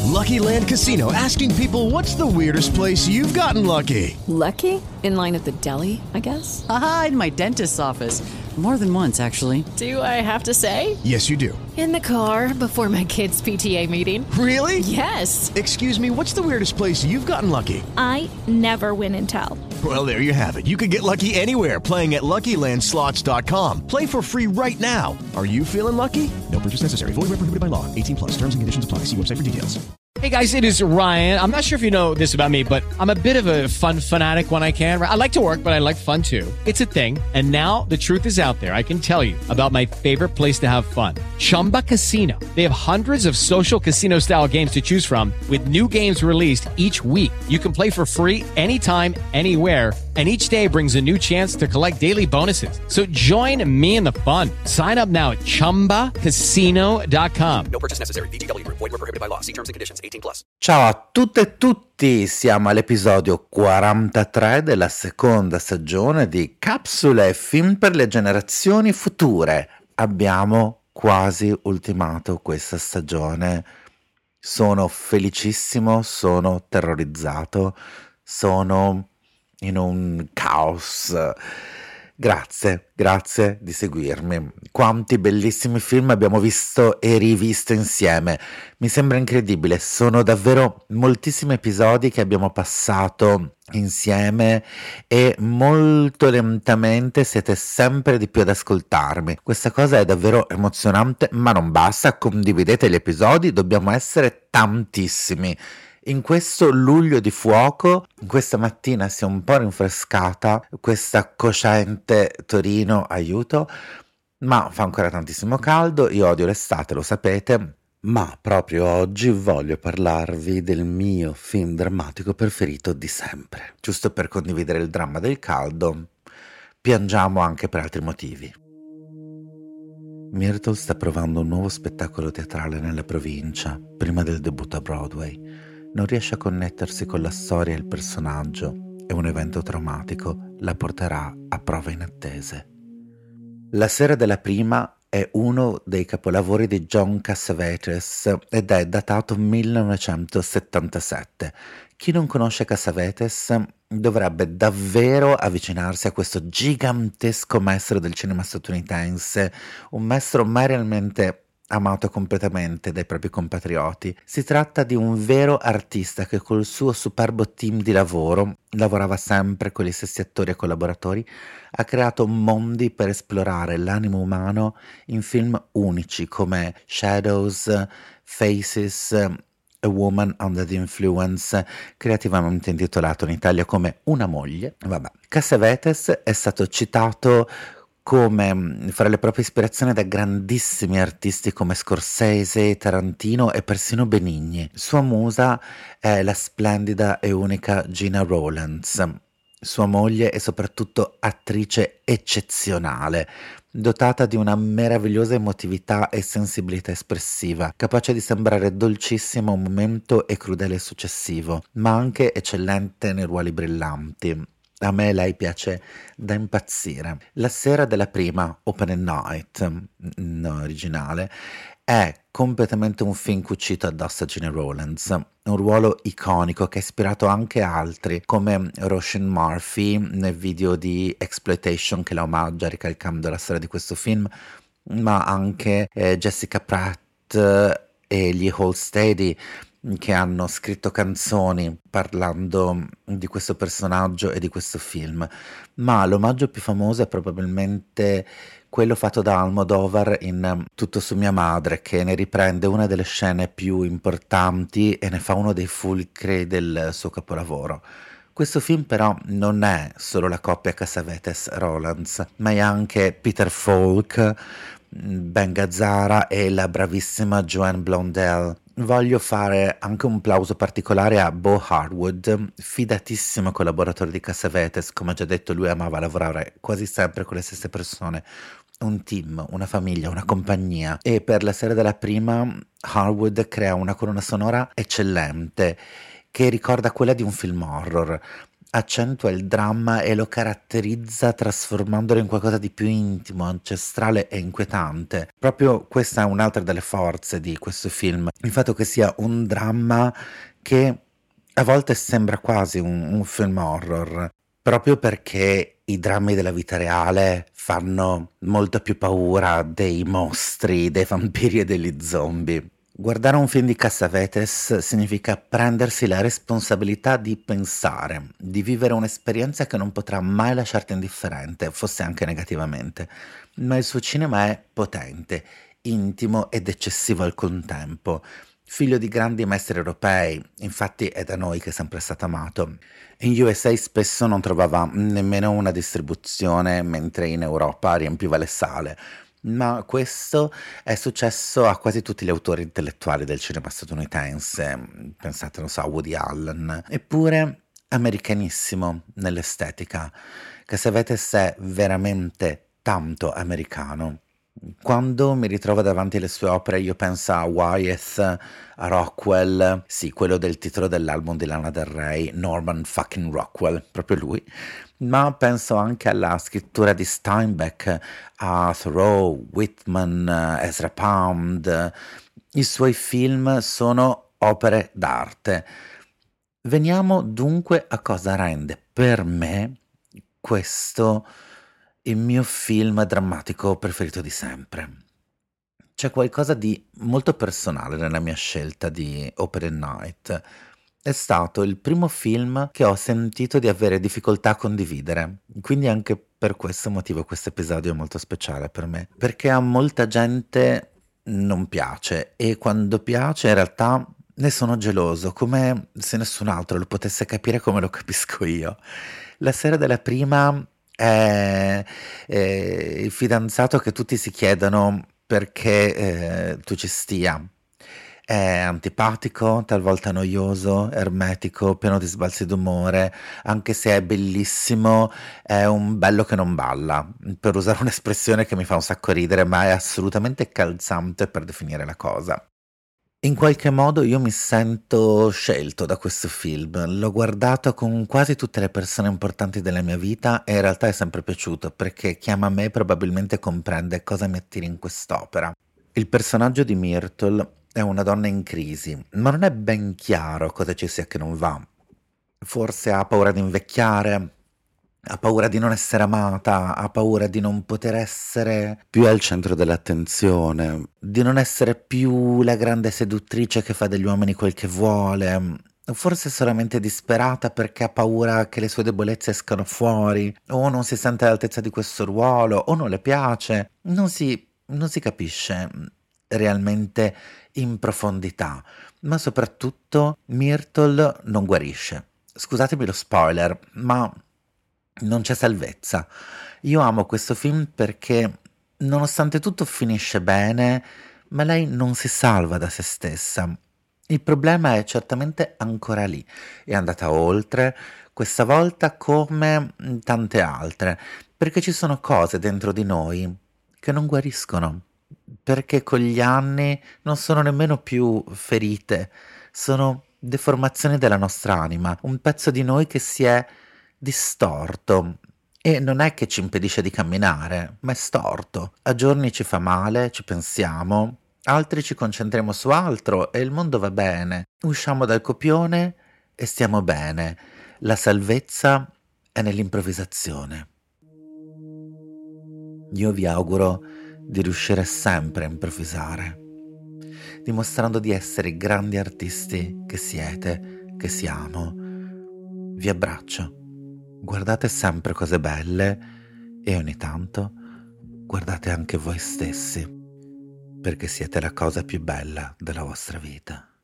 Lucky Land Casino, asking people, what's the weirdest place you've gotten lucky? Lucky? In line at the deli, I guess? Aha, in my dentist's office. More than once, actually. Do I have to say? Yes, you do. In the car before my kids' PTA meeting. Really? Yes. Excuse me, what's the weirdest place you've gotten lucky? I never win and tell. Well, there you have it. You can get lucky anywhere, playing at LuckyLandSlots.com. Play for free right now. Are you feeling lucky? No purchase necessary. Void where prohibited by law. 18 plus. Terms and conditions apply. See website for details. Hey guys, it is Ryan. I'm not sure if you know this about me, but I'm a bit of a fun fanatic when I can. I like to work, but I like fun too. It's a thing. And now the truth is out there. I can tell you about my favorite place to have fun. Chumba Casino. They have hundreds of social casino style games to choose from with new games released each week. You can play for free anytime, anywhere. And each day brings a new chance to collect daily bonuses. So join me in the fun. Sign up now at ChumbaCasino.com. No purchase necessary. VGW Group. Void where prohibited by law. See terms and conditions. 18 plus. Ciao a tutte e tutti, siamo all'episodio 43 della seconda stagione di Capsule Film per le generazioni future. Abbiamo quasi ultimato questa stagione. Sono felicissimo, sono terrorizzato, sono in un caos. Grazie di seguirmi. Quanti bellissimi film abbiamo visto e rivisto insieme. Mi sembra incredibile, sono davvero moltissimi episodi che abbiamo passato insieme e molto lentamente siete sempre di più ad ascoltarmi. Questa cosa è davvero emozionante, ma non basta, condividete gli episodi, dobbiamo essere tantissimi. In questo luglio di fuoco, questa mattina si è un po' rinfrescata, questa cocente Torino, aiuto, ma fa ancora tantissimo caldo, io odio l'estate, lo sapete, ma proprio oggi voglio parlarvi del mio film drammatico preferito di sempre. Giusto per condividere il dramma del caldo, piangiamo anche per altri motivi. Myrtle sta provando un nuovo spettacolo teatrale nella provincia, prima del debutto a Broadway. Non riesce a connettersi con la storia e il personaggio e un evento traumatico la porterà a prove inattese. La sera della prima è uno dei capolavori di John Cassavetes ed è datato 1977. Chi non conosce Cassavetes dovrebbe davvero avvicinarsi a questo gigantesco maestro del cinema statunitense, un maestro mai realmente amato completamente dai propri compatrioti. Si tratta di un vero artista che col suo superbo team di lavoro, lavorava sempre con gli stessi attori e collaboratori, ha creato mondi per esplorare l'animo umano in film unici come Shadows, Faces, A Woman Under the Influence, creativamente intitolato in Italia come Una moglie. Vabbè. Cassavetes è stato citato come fra le proprie ispirazioni da grandissimi artisti come Scorsese, Tarantino e persino Benigni. Sua musa è la splendida e unica Gina Rowlands. Sua moglie è soprattutto attrice eccezionale, dotata di una meravigliosa emotività e sensibilità espressiva, capace di sembrare dolcissima un momento e crudele successivo, ma anche eccellente nei ruoli brillanti. A me lei piace da impazzire. La sera della prima, Open Night, in originale, è completamente un film cucito addosso a Gina Rowlands, un ruolo iconico che ha ispirato anche altri, come Roisin Murphy nel video di Exploitation che la omaggia ricalcando la storia di questo film, ma anche Jessica Pratt e gli Halsteady, che hanno scritto canzoni parlando di questo personaggio e di questo film, ma l'omaggio più famoso è probabilmente quello fatto da Almodovar in Tutto su mia madre, che ne riprende una delle scene più importanti e ne fa uno dei fulcri del suo capolavoro. Questo film però non è solo la coppia Cassavetes-Rowlands, ma è anche Peter Falk, Ben Gazzara e la bravissima Joanne Blondell. Voglio fare anche un plauso particolare a Bo Harwood, fidatissimo collaboratore di Cassavetes. Come già detto, lui amava lavorare quasi sempre con le stesse persone, un team, una famiglia, una compagnia, e per la sera della prima Harwood crea una colonna sonora eccellente che ricorda quella di un film horror. accentua il dramma e lo caratterizza trasformandolo in qualcosa di più intimo, ancestrale e inquietante. Proprio questa è un'altra delle forze di questo film, il fatto che sia un dramma che a volte sembra quasi un film horror, proprio perché i drammi della vita reale fanno molto più paura dei mostri, dei vampiri e degli zombie. Guardare un film di Cassavetes significa prendersi la responsabilità di pensare, di vivere un'esperienza che non potrà mai lasciarti indifferente, fosse anche negativamente. Ma il suo cinema è potente, intimo ed eccessivo al contempo. Figlio di grandi maestri europei, infatti è da noi che è sempre stato amato. In USA spesso non trovava nemmeno una distribuzione, mentre in Europa riempiva le sale. Ma questo è successo a quasi tutti gli autori intellettuali del cinema statunitense, pensate, non so, a Woody Allen, eppure americanissimo nell'estetica. Cassavetes è veramente tanto americano. Quando mi ritrovo davanti alle sue opere io penso a Wyeth, a Rockwell, sì, quello del titolo dell'album di Lana Del Rey, Norman fucking Rockwell, proprio lui, ma penso anche alla scrittura di Steinbeck, a Thoreau, Whitman, Ezra Pound. I suoi film sono opere d'arte. Veniamo dunque a cosa rende per me questo il mio film drammatico preferito di sempre. C'è qualcosa di molto personale nella mia scelta di Opening Night. È stato il primo film che ho sentito di avere difficoltà a condividere, quindi anche per questo motivo questo episodio è molto speciale per me, perché a molta gente non piace e quando piace in realtà ne sono geloso, come se nessun altro lo potesse capire come lo capisco io. La sera della prima è il fidanzato che tutti si chiedono perché tu ci stia. È antipatico, talvolta noioso, ermetico, pieno di sbalzi d'umore, anche se è bellissimo, è un bello che non balla, per usare un'espressione che mi fa un sacco ridere, ma è assolutamente calzante per definire la cosa. In qualche modo io mi sento scelto da questo film, l'ho guardato con quasi tutte le persone importanti della mia vita e in realtà è sempre piaciuto perché chi ama me probabilmente comprende cosa mi attira in quest'opera. Il personaggio di Myrtle è una donna in crisi, ma non è ben chiaro cosa ci sia che non va. Forse ha paura di invecchiare, ha paura di non essere amata, ha paura di non poter essere più al centro dell'attenzione, di non essere più la grande seduttrice che fa degli uomini quel che vuole, forse è solamente disperata perché ha paura che le sue debolezze escano fuori, o non si sente all'altezza di questo ruolo, o non le piace, non si capisce realmente in profondità, ma soprattutto Myrtle non guarisce. Scusatemi lo spoiler, ma non c'è salvezza. Io amo questo film perché nonostante tutto finisce bene, ma lei non si salva da se stessa. Il problema è certamente ancora lì, è andata oltre, questa volta come tante altre, perché ci sono cose dentro di noi che non guariscono, perché con gli anni non sono nemmeno più ferite, sono deformazioni della nostra anima, un pezzo di noi che si è distorto e non è che ci impedisce di camminare, ma è storto. A giorni ci fa male, ci pensiamo, altri ci concentriamo su altro e il mondo va bene. Usciamo dal copione e stiamo bene. La salvezza è nell'improvvisazione. Io vi auguro di riuscire sempre a improvvisare, dimostrando di essere i grandi artisti che siete, che siamo. Vi abbraccio. Guardate sempre cose belle e ogni tanto guardate anche voi stessi, perché siete la cosa più bella della vostra vita.